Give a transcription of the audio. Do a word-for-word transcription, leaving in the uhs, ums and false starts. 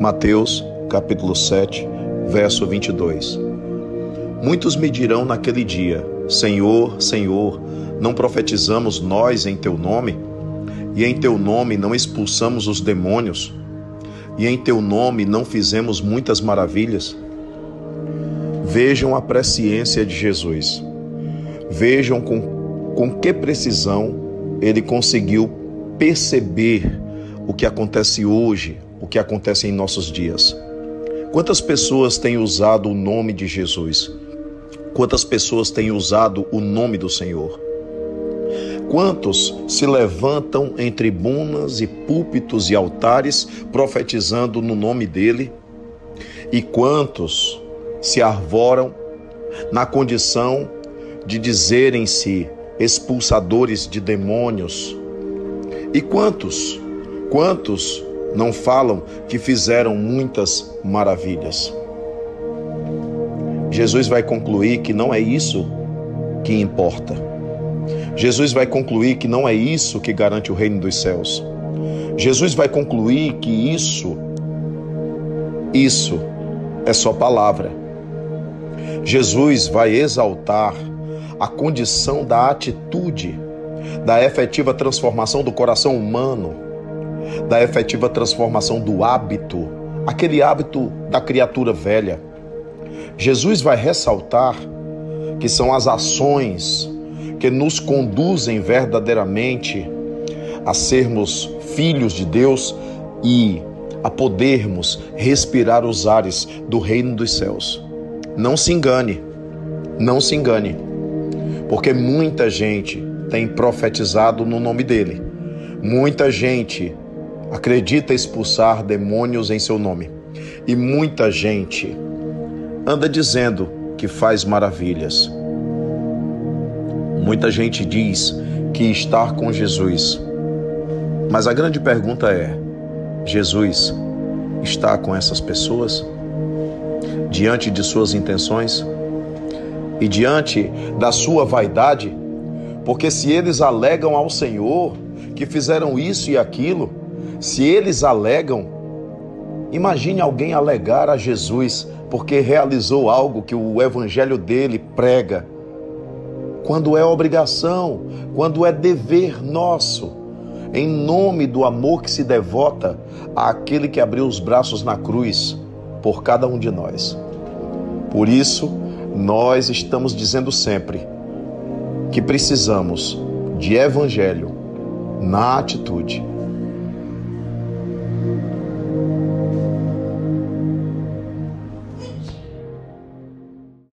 Mateus, capítulo sete, verso vinte e dois. Muitos me dirão naquele dia: Senhor, Senhor, não profetizamos nós em teu nome? E em teu nome não expulsamos os demônios? E em teu nome não fizemos muitas maravilhas? Vejam a presciência de Jesus. Vejam com, com que precisão ele conseguiu perceber o que acontece hoje, o que acontece em nossos dias. Quantas pessoas têm usado o nome de Jesus? Quantas pessoas têm usado o nome do Senhor? Quantos se levantam em tribunas e púlpitos e altares profetizando no nome dele? E quantos se arvoram na condição de dizerem-se expulsadores de demônios? E quantos, quantos não falam que fizeram muitas maravilhas? Jesus vai concluir que não é isso que importa. Jesus vai concluir que não é isso que garante o reino dos céus. Jesus vai concluir que isso, isso é só palavra. Jesus vai exaltar a condição da atitude, da efetiva transformação do coração humano, da efetiva transformação do hábito, aquele hábito da criatura velha. Jesus vai ressaltar que são as ações que nos conduzem verdadeiramente a sermos filhos de Deus e a podermos respirar os ares do reino dos céus. Não se engane, não se engane, porque muita gente tem profetizado no nome dele. Muita gente acredita expulsar demônios em seu nome. E muita gente anda dizendo que faz maravilhas. Muita gente diz que está com Jesus. Mas a grande pergunta é: Jesus está com essas pessoas? Diante de suas intenções? E diante da sua vaidade? Porque se eles alegam ao Senhor que fizeram isso e aquilo, se eles alegam, imagine alguém alegar a Jesus porque realizou algo que o evangelho dele prega, quando é obrigação, quando é dever nosso, em nome do amor que se devota àquele que abriu os braços na cruz por cada um de nós. Por isso, nós estamos dizendo sempre que precisamos de evangelho na atitude.